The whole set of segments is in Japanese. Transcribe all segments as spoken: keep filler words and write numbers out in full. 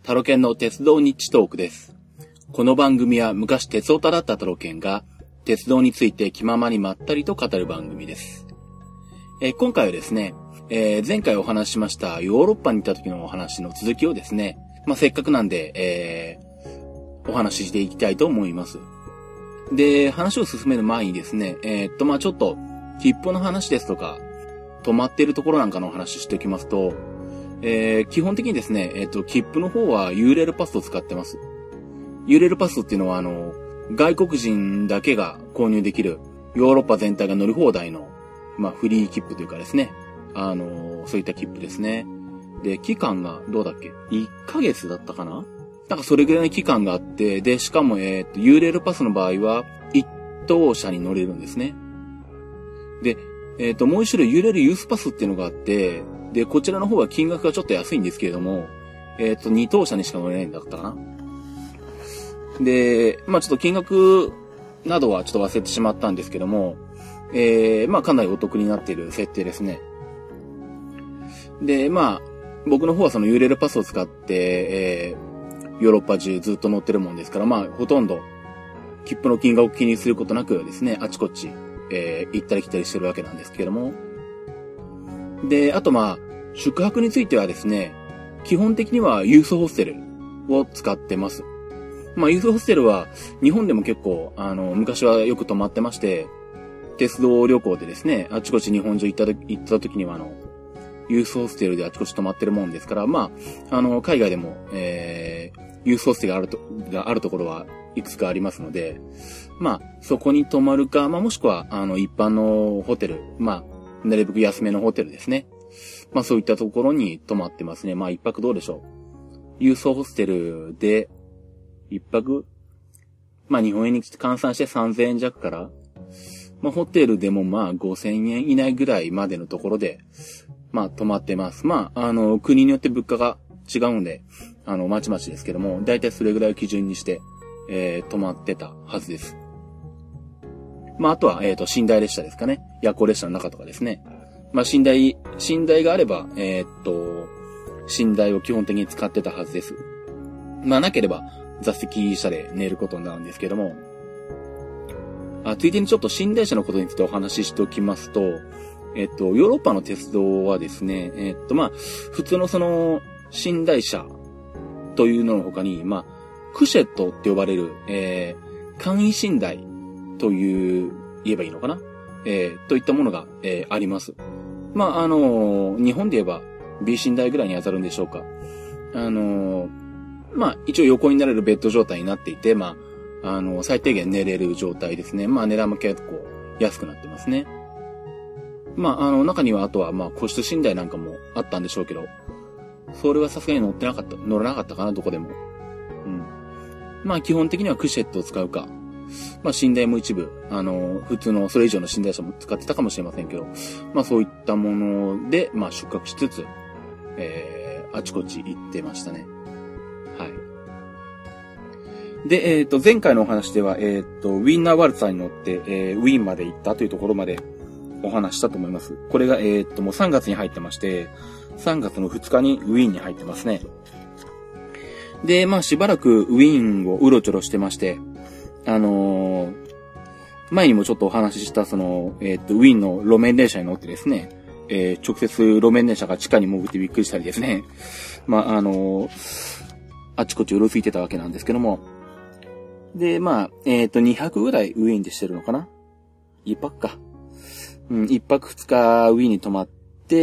タロケンの鉄道日トークです。この番組は昔鉄オタだったタロケンが鉄道について気ままにまったりと語る番組です。えー、今回はですね、えー、前回お話ししましたヨーロッパに行った時のお話の続きをですね、まあ、せっかくなんで、えー、お話ししていきたいと思います。で、話を進める前にですね、えー、っと、まあ、ちょっと切符の話ですとか、止まっているところなんかのお話しておきますと、えー、基本的にですね、えっと、切符の方はユーレールパスを使ってます。ユーレールパスっていうのは、あの、外国人だけが購入できる、ヨーロッパ全体が乗り放題の、まあ、フリー切符というかですね、あの、そういった切符ですね。で、期間が、どうだっけ ?いっ ヶ月だったかななんかそれぐらいの期間があって、で、しかも、えっと、ユーレールパスの場合は、一等車に乗れるんですね。で、えっと、もう一種類ユーレールユースパスっていうのがあって、で、こちらの方は金額がちょっと安いんですけれども、えっと、二等車にしか乗れないんだったかな。で、まあちょっと金額などはちょっと忘れてしまったんですけども、えー、まあかなりお得になっている設定ですね。で、まあ、僕の方はそのユーレールパスを使って、えー、ヨーロッパ中ずっと乗ってるもんですから、まあほとんど、切符の金額を気にすることなくですね、あちこち、えー、行ったり来たりしてるわけなんですけれども、で、あとまあ、宿泊についてはですね、基本的にはユースホステルを使ってます。まあ、ユースホステルは日本でも結構、あの、昔はよく泊まってまして、鉄道旅行でですね、あちこち日本中行ったと、行った時にはあの、ユースホステルであちこち泊まってるもんですから、まあ、あの、海外でも、えー、ユースホステルがあると、があるところはいくつかありますので、まあ、そこに泊まるか、まあ、もしくは、あの、一般のホテル、まあ、なるべく安めのホテルですね。まあそういったところに泊まってますね。まあ一泊どうでしょう。ユースホステルで、一泊、まあ日本円に換算してさんぜんえん弱から、まあホテルでもまあごせんえん以内ぐらいまでのところで、まあ泊まってます。まああの国によって物価が違うんで、あのまちまちですけども、だいたいそれぐらいを基準にして、えー、泊まってたはずです。まあ、あとは、えっと、寝台列車ですかね。夜行列車の中とかですね。まあ、寝台、寝台があれば、えー、っと、寝台を基本的に使ってたはずです。まあ、なければ、座席車で寝ることになるんですけども。あ、ついでにちょっと寝台車のことについてお話ししておきますと、えっと、ヨーロッパの鉄道はですね、えっと、まあ、普通のその、寝台車というのの他に、まあ、クシェットって呼ばれる、えー、簡易寝台、という、言えばいいのかなえー、といったものが、えー、あります。まあ、あのー、日本で言えば B 寝台ぐらいに当たるんでしょうか。あのー、まあ、一応横になれるベッド状態になっていて、まあ、あのー、最低限寝れる状態ですね。まあ、値段も結構安くなってますね。まあ、あの、中にはあとは、まあ、個室寝台なんかもあったんでしょうけど、それはさすがに乗ってなかった、乗らなかったかな、どこでも。うん。まあ、基本的にはクシェットを使うか、まあ、寝台も一部、あの、普通のそれ以上の寝台車も使ってたかもしれませんけど、まあそういったもので、まあ宿泊しつつ、えー、あちこち行ってましたね。はい。で、えっと、前回のお話では、えっと、ウィンナーワルツァーに乗って、えー、ウィーンまで行ったというところまでお話したと思います。これが、えっと、もうさんがつに入ってまして、さんがつのふつかにウィーンに入ってますね。で、まあしばらくウィーンをうろちょろしてまして、あのー、前にもちょっとお話しした、その、えっと、ウィーンの路面電車に乗ってですね、えー、直接路面電車が地下に潜ってびっくりしたりですね。まあ、あのー、あちこちうろついてたわけなんですけども。で、まあ、えっと、にはくぐらいウィーンでしてるのかな？一泊か。うん、一泊二日ウィーンに泊まって、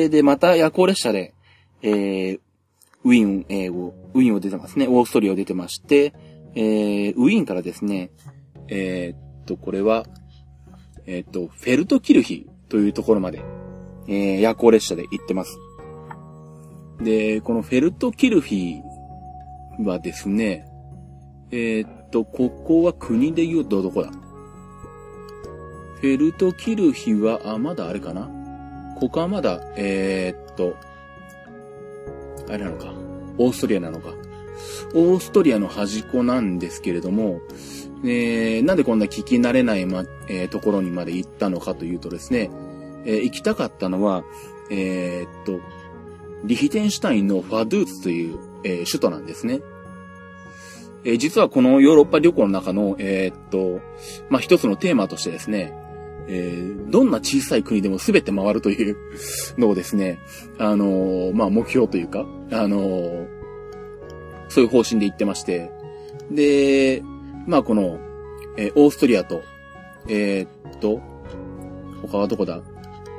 で、また夜行列車で、えー、ウィーン、えー、を、ウィーンを出てますね。オーストリアを出てまして、えー、ウィーンからですね、えー、っと、これは、えー、っと、フェルトキルヒというところまで、えー、夜行列車で行ってます。で、このフェルトキルヒはですね、えー、っと、ここは国で言うとどこだ？フェルトキルヒは、あ、まだあれかな？ここはまだ、えー、っと、あれなのか、オーストリアなのか。オーストリアの端っこなんですけれども、えー、なんでこんな聞き慣れない、まえー、ところにまで行ったのかというとですね、えー、行きたかったのは、えー、っと、リヒテンシュタインのファドゥーツという、 えー、首都なんですね。えー、実はこのヨーロッパ旅行の中の、えー、っと、まあ、一つのテーマとしてですね、えー、どんな小さい国でも全て回るというのをですね、あのー、まあ、目標というか、あのー、そういう方針で言ってまして、で、まあ、この、えー、オーストリアと、えー、っと、他はどこだ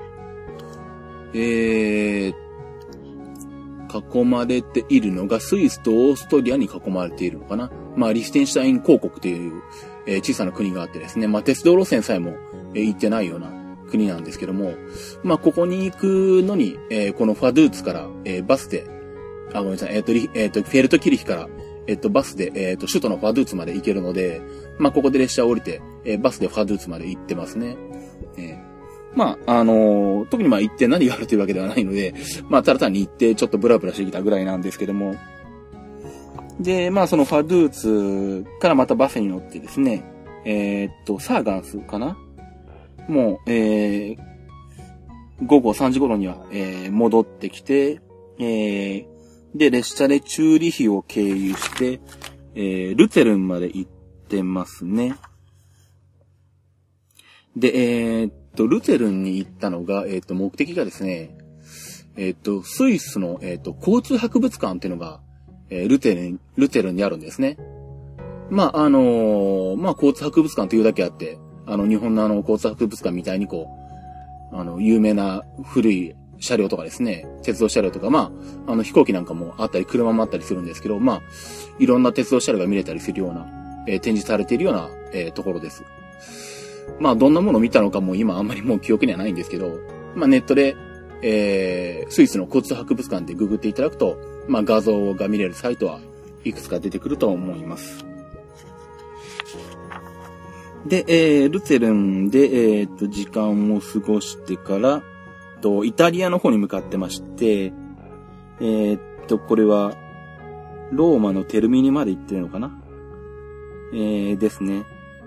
えー、囲まれているのがスイスとオーストリアに囲まれているのかな。まあ、リヒテンシュタイン公国という、えー、小さな国があってですね、まあ、鉄道路線さえも、えー、行ってないような国なんですけども、まあ、ここに行くのに、えー、このファドゥーツから、えー、バスで、あ、ごめんなさい、えっ、ー、と、えっ、ー、と、フェルトキルヒから、えっ、ー、と、バスで、えっ、と、首都のファドゥーツまで行けるので、まあ、ここで列車を降りて、えー、バスでファドゥーツまで行ってますね。えーまあ、あのー、特にまあ行って何があるというわけではないので、まあ、ただ単に行ってちょっとブラブラしてきたぐらいなんですけども。で、まあ、そのファドゥーツからまたバスに乗ってですね、えー、っと、サーガンスかなもう、えー、午後さんじ頃には、えー、戻ってきて、えー、で、列車でチューリヒを経由して、えー、ルツェルンまで行ってますね。で、えー、っと、ルツェルンに行ったのが、えー、っと、目的がですね、えー、っと、スイスの、えー、っと、交通博物館っていうのが、えー、ルツェルン、ルツェルンにあるんですね。まあ、あのー、まあ、交通博物館というだけあって、あの、日本のあの、交通博物館みたいにこう、あの、有名な古い車両とかですね、鉄道車両とか、まあ、あの、飛行機なんかもあったり、車もあったりするんですけど、まあ、いろんな鉄道車両が見れたりするような、えー、展示されているような、えー、ところです。まあ、どんなものを見たのかも今あんまりもう記憶にはないんですけど、まあ、ネットで、えー、スイスの交通博物館でググっていただくと、まあ、画像が見れるサイトはいくつか出てくると思います。で、えー、ルツェルンで、えー、と、時間を過ごしてから、と、イタリアの方に向かってまして、えー、と、これは、ローマのテルミニまで行ってるのかなえー、ですね。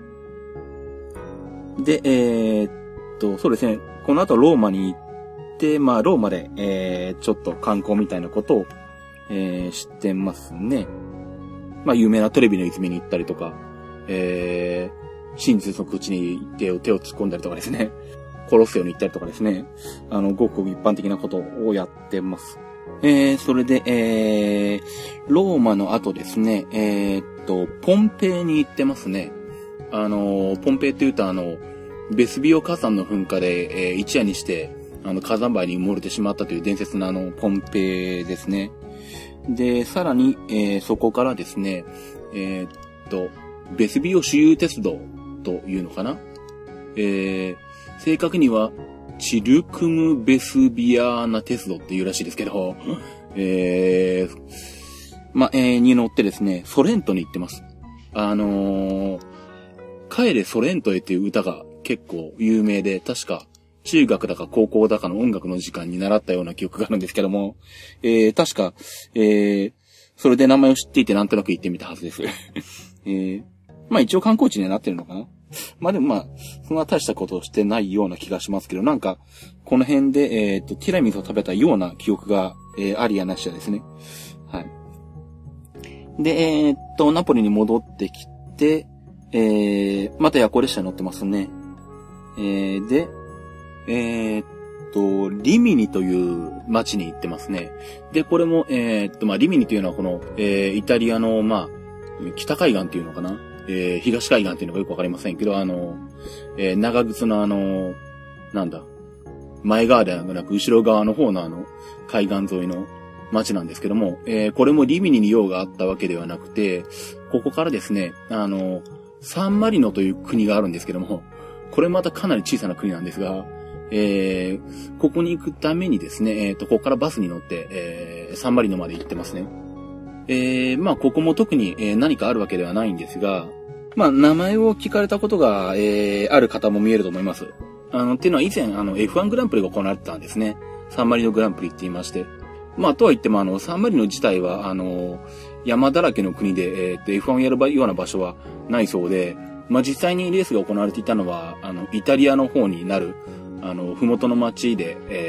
で、えー、っと、そうですね。この後ローマに行って、まあ、ローマで、えー、ちょっと観光みたいなことを、えー、知ってますね。まあ、有名なトレビの泉に行ったりとか、えー、真実の口に手を、手を突っ込んだりとかですね。コロッセオに行ったりとかですね。あの、ごくごく一般的なことをやってます。えー、それで、えー、ローマの後ですね、えー、っと、ポンペイに行ってますね。あの、ポンペイって言うとあの、ベスビオ火山の噴火で、えー、一夜にして、あの、火山灰に埋もれてしまったという伝説のあの、ポンペイですね。で、さらに、えー、そこからですね、えー、っと、ベスビオ周遊鉄道というのかなえー、正確には、チルクムベスビアーナ鉄道っていうらしいですけど、えー、ま、えー、に乗ってですね、ソレントに行ってます。あのー、帰れソレントへっていう歌が結構有名で、確か中学だか高校だかの音楽の時間に習ったような記憶があるんですけども、えー、確か、えー、それで名前を知っていてなんとなく行ってみたはずです。えー、まあ一応観光地にはなってるのかな。まあでもまあ、そんな大したことをしてないような気がしますけど、なんか、この辺で、えっと、ティラミスを食べたような記憶が、えー、ありやなしやですね。はい。で、えー、っと、ナポリに戻ってきて、えー、また夜行列車に乗ってますね。えー、で、えー、っと、リミニという街に行ってますね。で、これも、えー、っと、まあ、リミニというのはこの、えー、イタリアの、まあ、北海岸っていうのかなえー、東海岸っていうのがよくわかりませんけど、あの、えー、長靴のあの、なんだ、前側ではなく後ろ側の方のあの、海岸沿いの街なんですけども、えー、これもリミニに用があったわけではなくて、ここからですね、あの、サンマリノという国があるんですけども、これまたかなり小さな国なんですが、えー、ここに行くためにですね、えっと、ここからバスに乗って、えー、サンマリノまで行ってますね。えー、まあ、ここも特に、えー、何かあるわけではないんですが、まあ、名前を聞かれたことが、えー、ある方も見えると思います。あの、っていうのは以前、あの、エフワン グランプリが行われてたんですね。サンマリノグランプリって言いまして。まあ、とは言っても、あの、サンマリノ自体は、あの、山だらけの国で、えー、エフワン をやるような場所はないそうで、まあ、実際にレースが行われていたのは、あの、イタリアの方になる、あの、ふもとの町で、え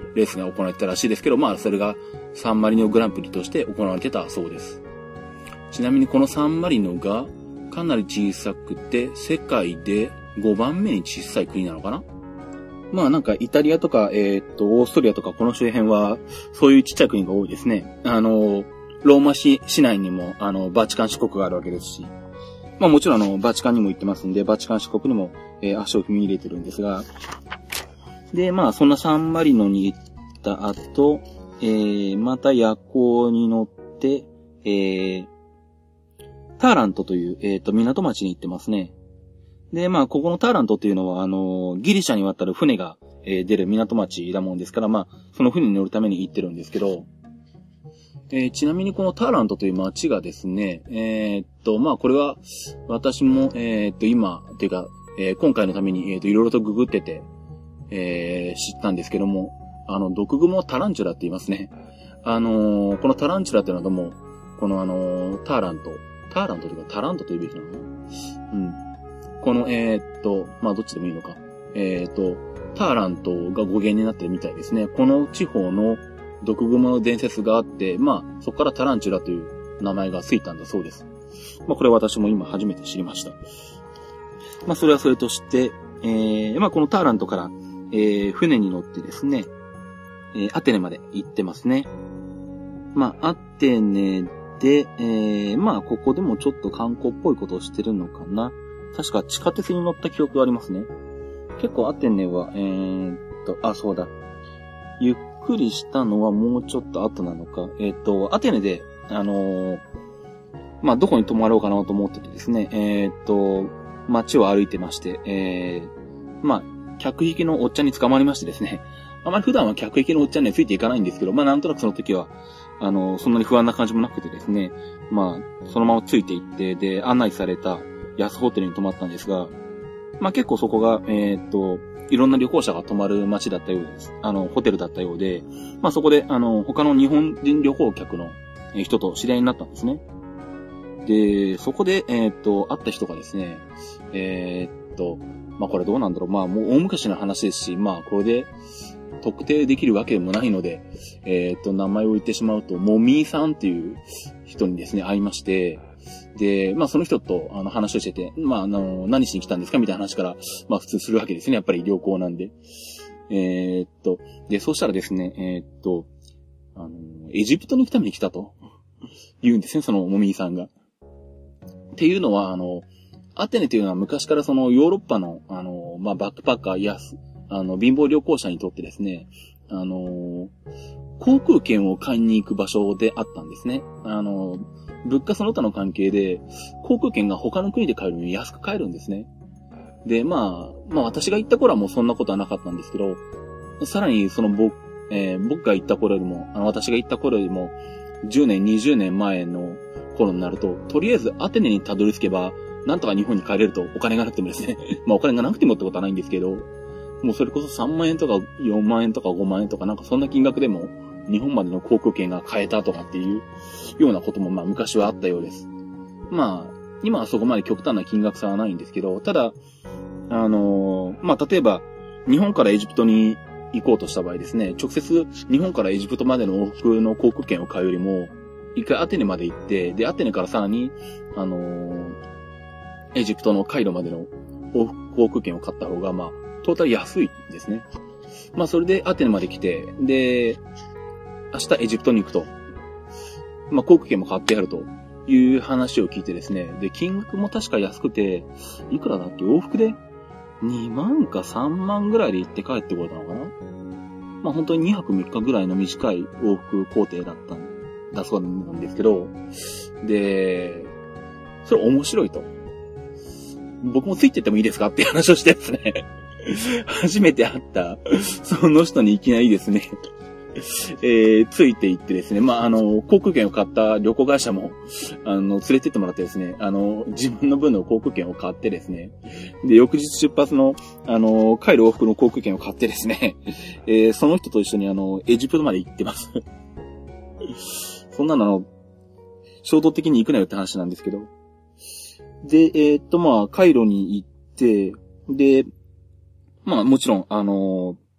レースが行われてたらしいですけど、まあそれがサンマリノグランプリとして行われてたそうです。ちなみにこのサンマリノがかなり小さくて、世界でごばんめに小さい国なのかな。まあなんかイタリアとか、えー、っと、オーストリアとかこの周辺は、そういうちっちゃい国が多いですね。あの、ローマ市、市内にも、あの、バチカン市国があるわけですし、まあもちろんあの、バチカンにも行ってますんで、バチカン市国にも、えー、足を踏み入れてるんですが、で、まあそんなサンマリノに行った後、えー、また夜行に乗って、えー、ターラントという、えー、っと、港町に行ってますね。で、まあ、ここのターラントっていうのは、あの、ギリシャに渡る船が、えー、出る港町だもんですから、まあ、その船に乗るために行ってるんですけど、えー、ちなみにこのターラントという町がですね、えー、っと、まあ、これは、私も、えー、っと、今、というか、えー、今回のために、えー、っと、いろいろとググってて、えー、知ったんですけども、あの、毒グモタランチュラって言いますね。あのー、このタランチュラっていうのはどうも、このあのー、ターラント、ターラントというかタラントというべきなのかな。うん。この、えー、っと、まあ、どっちでもいいのか。えー、っと、ターラントが語源になってるみたいですね。この地方の毒グモの伝説があって、まあ、そこからタランチュラという名前がついたんだそうです。まあ、これは私も今初めて知りました。まあ、それはそれとして、えー、まあ、このターラントから、えー、船に乗ってですね、えー、アテネまで行ってますね。まあ、アテネで、えー、まあ、ここでもちょっと観光っぽいことをしてるのかな。確か地下鉄に乗った記憶がありますね。結構アテネは、えーっと、あ、そうだ。ゆっくりしたのはもうちょっと後なのか。えーっと、アテネで、あのー、まあ、どこに泊まろうかなと思っててですね、えーっと、街を歩いてまして、えー、まあ、客引きのおっちゃんに捕まりましてですね、あまり普段は客引きのおっちゃんにはついていかないんですけど、まあなんとなくその時は、あの、そんなに不安な感じもなくてですね、まあ、そのままついていって、で、案内された安ホテルに泊まったんですが、まあ結構そこが、えー、っと、いろんな旅行者が泊まる街だったようです。あの、ホテルだったようで、まあそこで、あの、他の日本人旅行客の人と知り合いになったんですね。で、そこで、えー、っと、会った人がですね、えー、っと、まあこれどうなんだろう。まあもう大昔の話ですし、まあこれで特定できるわけでもないので、えー、っと、名前を言ってしまうと、もみーさんっていう人にですね、会いまして、で、まあその人とあの話をしてて、まああの、何しに来たんですかみたいな話から、まあ普通するわけですね。やっぱり旅行なんで。えー、っと、で、そうしたらですね、えー、っと、あの、エジプトに行くために来たと言うんですね、そのもみーさんが。っていうのは、あの、アテネというのは昔からそのヨーロッパの、あの、まあ、バックパッカーや、あの、貧乏旅行者にとってですね、あの、航空券を買いに行く場所であったんですね。あの、物価その他の関係で、航空券が他の国で買えるのに安く買えるんですね。で、まあ、まあ私が行った頃はもうそんなことはなかったんですけど、さらにその僕、えー、僕が行った頃よりも、あの、私が行った頃よりも、じゅうねん、にじゅうねんまえの頃になると、とりあえずアテネにたどり着けば、なんとか日本に帰れるとお金がなくてもですね。まあお金がなくてもってことはないんですけど、もうそれこそさんまんえんとかよんまんえんとかごまんえんとかなんかそんな金額でも日本までの航空券が買えたとかっていうようなこともまあ昔はあったようです。まあ今はそこまで極端な金額差はないんですけど、ただ、あのー、まあ例えば日本からエジプトに行こうとした場合ですね、直接日本からエジプトまでの往復の航空券を買うよりも、一回アテネまで行って、で、アテネからさらに、あのー、エジプトのカイロまでの航空券を買った方が、まあ、トータル安いんですね。まあ、それでアテネまで来て、で、明日エジプトに行くと。まあ、航空券も買ってやるという話を聞いてですね。で、金額も確か安くて、いくらだっけ往復でにまんかさんまんぐらいで行って帰ってこれたのかな。まあ、本当ににはくみっかぐらいの短い往復工程だったんだそうなんですけど、で、それ面白いと。僕もついてってもいいですかっていう話をしてですね。初めて会った、その人にいきなりですね、えー、ついていってですね、まあ、あの、航空券を買った旅行会社も、あの、連れてってもらってですね、あの、自分の分の航空券を買ってですね、で、翌日出発の、あの、帰る往復の航空券を買ってですね、えー、その人と一緒にあの、エジプトまで行ってます。そんなのあの、衝動的に行くなよって話なんですけど。で、えー、っと、まあ、カイロに行って、で、まあ、もちろん、あの、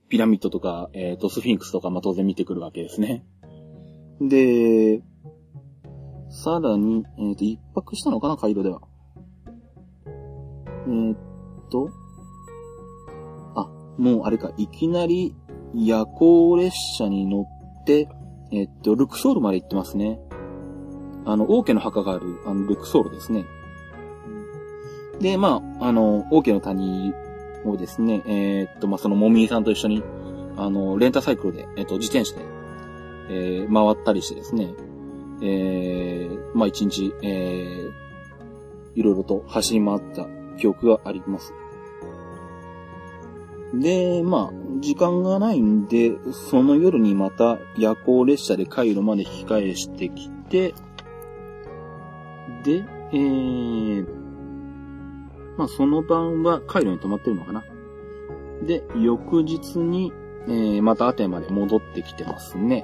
ピラミッドとか、えっと、スフィンクスとか、まあ、当然見てくるわけですね。で、さらに、えっと、一泊したのかな、カイロでは。えっと、あ、もうあれか、いきなり夜行列車に乗って、えっと、ルクソールまで行ってますね。あの、王家の墓がある、あの、ルクソールですね。で、まあ、あの、王家の谷をですね、えー、っと、まあ、そのもみいさんと一緒に、あの、レンタサイクルで、えっと、自転車で、えー、回ったりしてですね、えー、まあ、一日、えー、いろいろと走り回った記憶があります。で、まあ、時間がないんで、その夜にまた夜行列車でカイロまで引き返してきて、で、えー、まあ、その晩はカイロに泊まってるのかな。で、翌日に、えー、またアテネまで戻ってきてますね。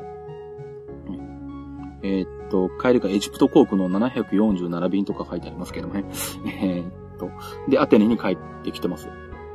えー、っと、帰りがエジプト航空のななひゃくよんじゅうなな便とか書いてありますけどね。えー、っと、で、アテネに帰ってきてます。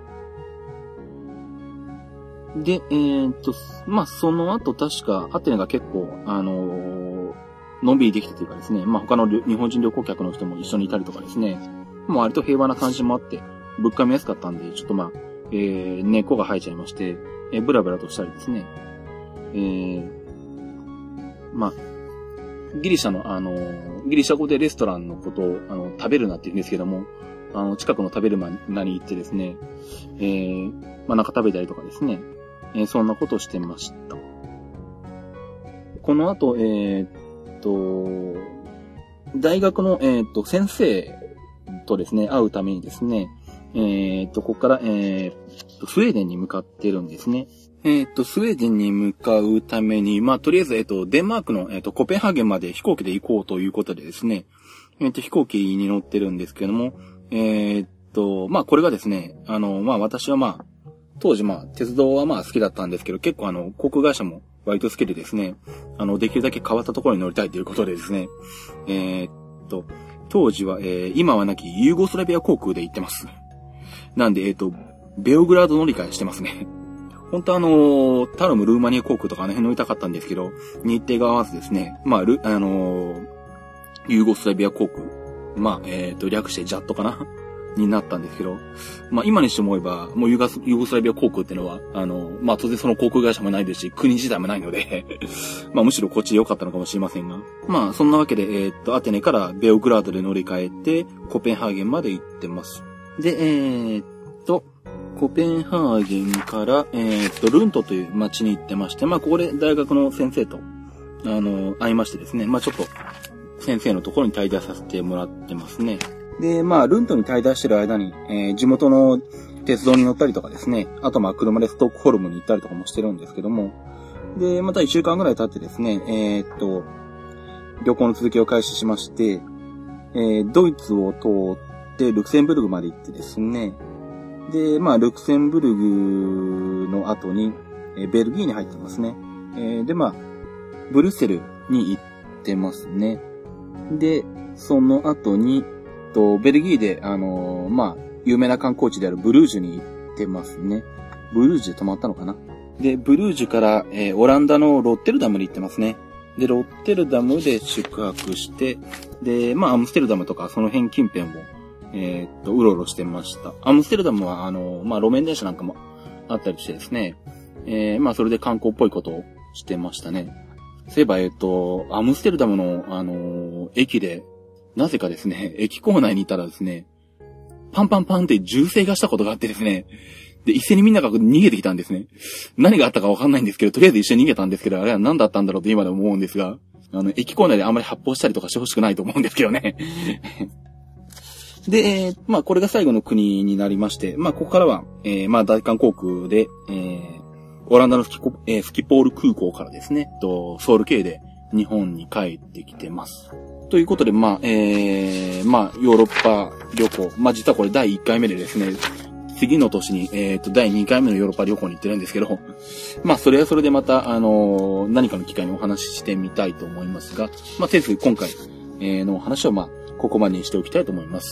で、えー、っと、まあ、その後確かアテネが結構、あのー、のんびりできたというかですね、まあ、他の日本人旅行客の人も一緒にいたりとかですね、もう割と平和な感じもあって、物価も安かったんで、ちょっとまあ、えー、根っこが生えちゃいまして、えー、ブラブラとしたりですね、えー、まあ、ギリシャの、あの、ギリシャ語でレストランのことを、あの、食べるなって言うんですけども、あの、近くの食べる間に行ってですね、えー、まあ、なんか食べたりとかですね、えー、そんなことをしてました。この後、えー、っと、大学の、えー、っと、先生とですね、会うためにですね、えー、っと、ここから、えー、スウェーデンに向かってるんですね。えっと、スウェーデンに向かうために、まあ、とりあえず、えっと、デンマークの、えっと、コペンハーゲンまで飛行機で行こうということでですね、えっと、飛行機に乗ってるんですけども、えっと、まあ、これがですね、あの、まあ、私はまあ、当時まあ、鉄道はまあ好きだったんですけど、結構あの、航空会社も割と好きでですね、あの、できるだけ変わったところに乗りたいということでですね、えっと、当時は、えー、今はなきユーゴスラビア航空で行ってます。なんで、えっと、ベオグラード乗り換えしてますね。本当はあのー、タロムルーマニア航空とかあの辺乗りたかったんですけど、日程が合わずですね、まあ、ル、あのー、ユーゴスラビア航空、まあ、えっと、略してジャットかなになったんですけど、まあ、今にして思えば、もうユーガス、ユーゴスラビア航空っていうのは、あの、まあ、当然その航空会社もないですし、国自体もないので、まあ、むしろこっちで良かったのかもしれませんが、まあ、そんなわけで、えっと、アテネからベオグラードで乗り換えて、コペンハーゲンまで行ってます。で、えー、っと、コペンハーゲンから、えー、っと、ルントという町に行ってまして、まあ、ここで大学の先生と、あの、会いましてですね、まあ、ちょっと、先生のところに滞在させてもらってますね。で、まあ、ルントに滞在してる間に、えー、地元の鉄道に乗ったりとかですね、あとまあ、車でストックホルムに行ったりとかもしてるんですけども、で、またいっしゅうかんぐらい経ってですね、えー、っと、旅行の続きを開始しまして、えー、ドイツを通ってルクセンブルグまで行ってですね、で、まあ、ルクセンブルグの後に、えー、ベルギーに入ってますね。えー、で、まあ、ブルッセルに行ってますね。で、その後に、と、ベルギーで、あのー、まあ、有名な観光地であるブルージュに行ってますね。ブルージュで泊まったのかな。で、ブルージュから、えー、オランダのロッテルダムに行ってますね。で、ロッテルダムで宿泊して、で、まあ、アムステルダムとかその辺近辺を、えー、っと、うろうろしてました。アムステルダムは、あのー、まあ、路面電車なんかもあったりしてですね、えー、まあ、それで観光っぽいことをしてましたね。そういえば、えー、っと、アムステルダムの、あのー、駅で、なぜかですね、駅構内にいたらですね、パンパンパンって銃声がしたことがあってですね、で、一斉にみんなが逃げてきたんですね。何があったかわかんないんですけど、とりあえず一緒に逃げたんですけど、あれは何だったんだろうって今でも思うんですが、あの、駅構内であんまり発砲したりとかしてほしくないと思うんですけどね。で、えー、まあ、これが最後の国になりまして、まあ、ここからは、えー、まあ、大韓航空で、えー、オランダのスキコ、えー、スキポール空港からですね、と、ソウル経由で日本に帰ってきてます。ということで、まあ、えー、まあ、ヨーロッパ旅行。まあ、実はこれだいいっかいめでですね、次の年に、えっと、だいにかいめのヨーロッパ旅行に行ってるんですけど、まあ、それはそれでまた、あのー、何かの機会にお話ししてみたいと思いますが、まあ、とりあえず今回、えー、のお話を、まあ、ここまでにしておきたいと思います。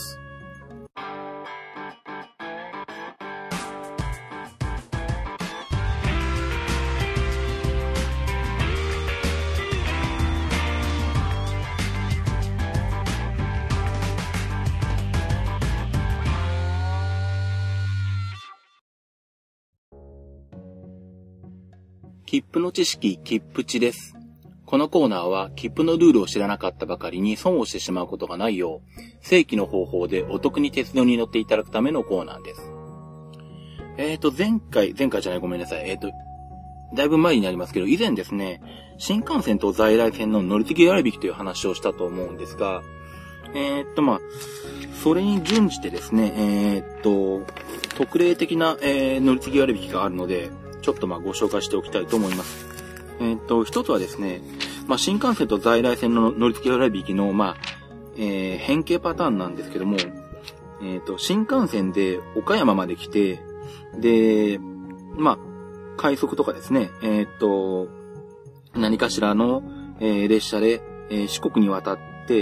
切符の知識、切符値です。このコーナーは切符のルールを知らなかったばかりに損をしてしまうことがないよう、正規の方法でお得に鉄道に乗っていただくためのコーナーです。えーと、前回、前回じゃないごめんなさい。えーと、だいぶ前になりますけど、以前ですね、新幹線と在来線の乗り継ぎ割引という話をしたと思うんですが、えーと、まあ、それに準じてですね、えーと、特例的な、えー、乗り継ぎ割引があるので、ちょっとまあご紹介しておきたいと思います。えっと、一つはですね、まあ、新幹線と在来線の乗り継ぎ割引の、まあ、えー、変形パターンなんですけども、えっと、新幹線で岡山まで来て、で、まあ、快速とかですね、えっと、何かしらの、えー、列車で、えー、四国に渡って、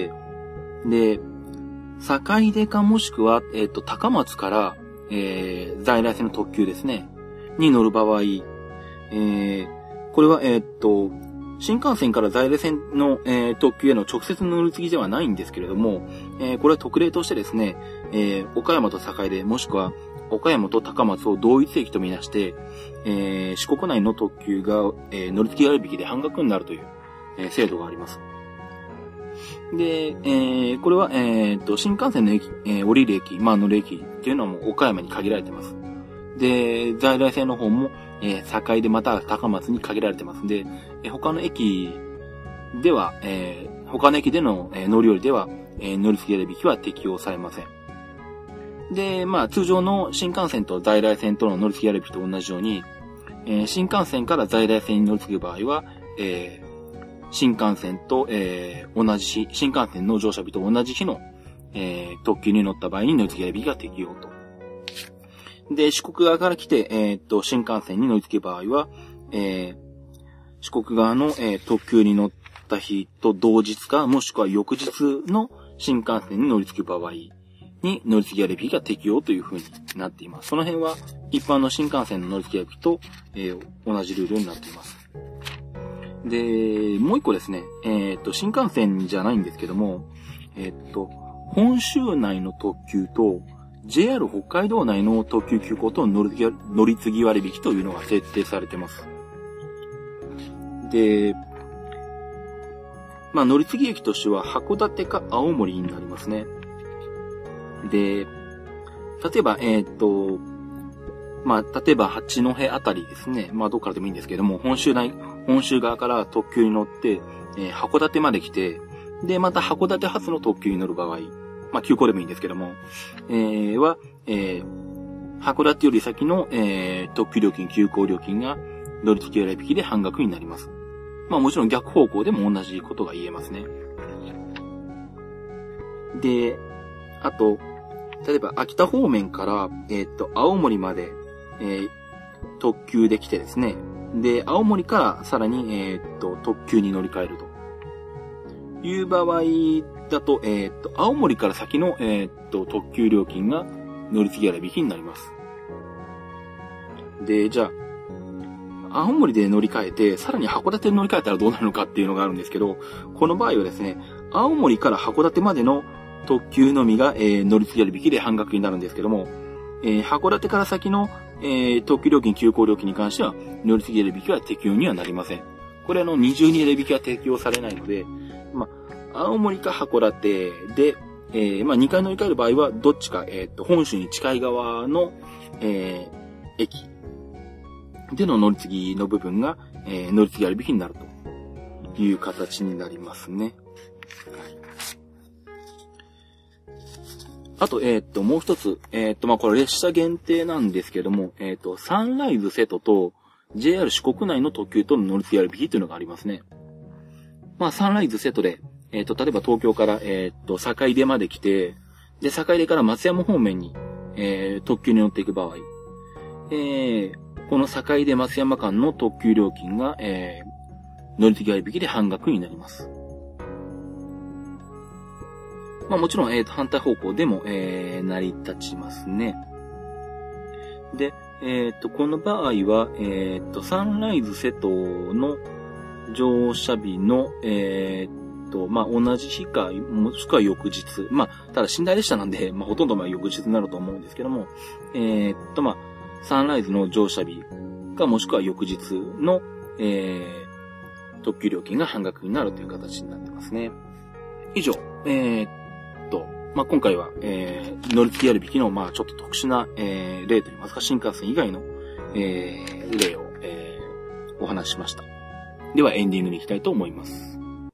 で、坂出かもしくは、えっと、高松から、えー、在来線の特急ですね、に乗る場合、えー、これは、えー、っと、新幹線から在来線の、えー、特急への直接乗り継ぎではないんですけれども、えー、これは特例としてですね、えー、岡山と坂出、もしくは岡山と高松を同一駅とみなして、えー、四国内の特急が、えー、乗り継ぎ割引で半額になるという、えー、制度があります。で、えー、これは、えー、っと、新幹線の駅、えー、降りる駅、まあ乗る駅っていうのはもう岡山に限られてます。で、在来線の方も、えー、坂出または高松に限られてますんで、えー、他の駅では、えー、他の駅での、えー、乗り降りでは、えー、乗り継ぎ割引は適用されません。で、まあ、通常の新幹線と在来線との乗り継ぎ割引と同じように、えー、新幹線から在来線に乗り継ぐ場合は、えー、新幹線と、えー、同じ日、新幹線の乗車日と同じ日の、えー、特急に乗った場合に乗り継ぎ割引が適用と。で、四国側から来て、えー、っと、新幹線に乗り継ぐ場合は、えー、四国側の、えー、特急に乗った日と同日か、もしくは翌日の新幹線に乗り継ぐ場合に乗り継ぎ割引が適用という風になっています。その辺は一般の新幹線の乗り継ぎ割引と、えー、同じルールになっています。で、もう一個ですね、えー、っと、新幹線じゃないんですけども、えー、っと、本州内の特急と、ジェイアール 北海道内の特急急行と乗り継ぎ、乗り継ぎ割引というのが設定されています。で、まあ乗り継ぎ駅としては函館か青森になりますね。で、例えば、えー、っと、まあ例えば八戸あたりですね。まあどっからでもいいんですけども、本州内、本州側から特急に乗って、えー、函館まで来て、で、また函館発の特急に乗る場合、まあ、急行でもいいんですけども、えー、は、えー、函館より先の、えー、特急料金、急行料金が乗り継ぎ割引で半額になります。まあ、もちろん逆方向でも同じことが言えますね。で、あと、例えば秋田方面から、えー、っと、青森まで、えー、特急で来てですね、で、青森からさらに、えー、っと、特急に乗り換えるという場合だと、えー、っと、青森から先の、えー、っと、特急料金が乗り継ぎ割引になります。で、じゃあ、青森で乗り換えて、さらに函館で乗り換えたらどうなるのかっていうのがあるんですけど、この場合はですね、青森から函館までの特急のみが、えー、乗り継ぎ割引で半額になるんですけども、えー、函館から先の、えー、特急料金、急行料金に関しては、乗り継ぎ割引は適用にはなりません。これあの、二重に割引は適用されないので、まあ、青森か函館で、えー、まあ、にかい乗り換える場合は、どっちか、えっと、本州に近い側の、えー、駅での乗り継ぎの部分が、えー、乗り継ぎ割引になるという形になりますね。あと、えっと、もう一つ、えっと、まあ、これ列車限定なんですけども、えっと、サンライズ瀬戸と ジェイアール 四国内の特急との乗り継ぎ割引というのがありますね。まあ、サンライズ瀬戸で、えっと、例えば東京から、えっと、坂出まで来て、で、坂出から松山方面に、えー、特急に乗っていく場合、えー、この坂出松山間の特急料金が、えー、乗り継ぎ割引で半額になります。まあもちろん、えー、反対方向でも、えー、成り立ちますね。で、えっと、この場合は、えっと、サンライズ瀬戸の乗車日の、えっと、まあ同じ日か、もしくは翌日。まあ、ただ寝台列車なんで、まあほとんどまあ翌日になると思うんですけども、えっと、まあ、サンライズの乗車日か、もしくは翌日の、 えー、特急料金が半額になるという形になってますね。以上、えー、っと、まあ、今回は、えー、乗り継ぎ割引の、まあ、ちょっと特殊な、えー、例といいますか、新幹線以外の、えー、例を、えー、お話ししました。では、エンディングに行きたいと思います。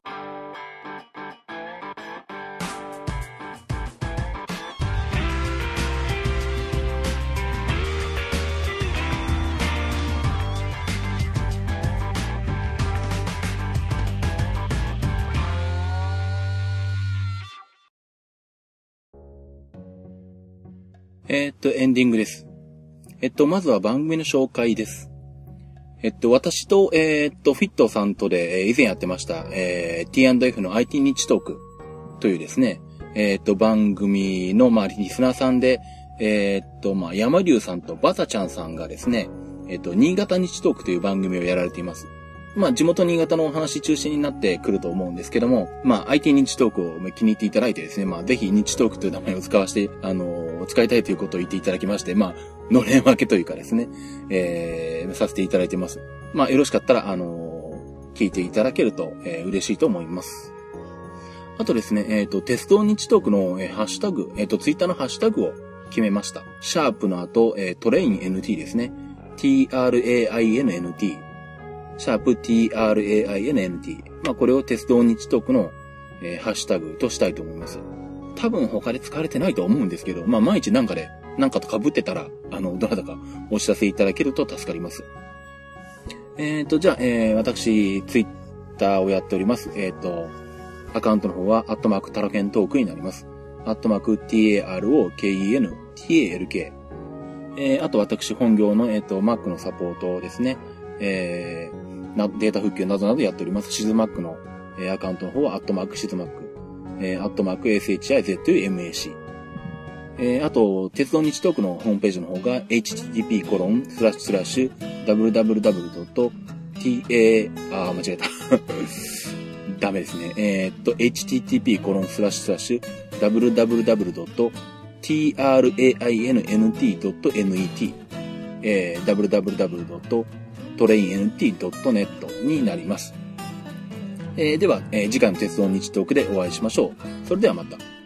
えー、っと、エンディングです。えっと、まずは番組の紹介です。えっと、私と、えー、っと、フィットさんとで、えー、以前やってました、えー、ティーアンドエフ の アイティー 日トークというですね、えー、っと、番組の、まあ、リスナーさんで、えー、っと、まあ、山龍さんとバサちゃんさんがですね、えー、っと、新潟日トークという番組をやられています。まあ、地元新潟のお話中心になってくると思うんですけども、まあ、アイティー 日トークを気に入っていただいてですね、まあ、ぜひ日トークという名前を使わせて、あのー、使いたいということを言っていただきまして、まあ、のれん分けというかですね、えー、させていただいてます。まあ、よろしかったら、あのー、聞いていただけると、えー、嬉しいと思います。あとですね、えっと、鉄道日トークの、えー、ハッシュタグ、えっと、ツイッターのハッシュタグを決めました。シャープの後、えー、トレイン エヌティー ですね。ティーアールエーアイエヌエヌティー。シャープ ティーアールエーアイエヌエヌティー。まあ、これを鉄道日トークの、えー、ハッシュタグとしたいと思います。多分他で使われてないと思うんですけど、まあ、毎日なんかで、なんかと被ってたら、あの、どなたかお知らせいただけると助かります。えっと、じゃあ、えー、私、ツイッターをやっております。えっと、アカウントの方は、アットマークタロケントークになります。アットマーク ティーエーアールオーケーイーエヌティーエーエルケー。えー、あと私本業の、えっと、Mac のサポートですね。えー、なデータ復旧などなどやっております。シズマックの、えー、アカウントの方は、アットマークシズマック。えー、アットマーク エスエイチアイゼットユーエムエーシー。えー、あと、鉄道日トークのホームページの方が、エイチティーティーピーコロンスラッシュスラッシュダブリューダブリューダブリュードットティーエー、あー、間違えた。ダメですね。えー、っと、エイチティーティーピーコロンスラッシュスラッシュダブリューダブリューダブリュードットティーアールエーアイエヌエヌティードットネット えー、ダブリューダブリューダブリュードットトレインエヌティードットネット になります。えー、では、えー、次回の鉄道日トークでお会いしましょう。それではまた。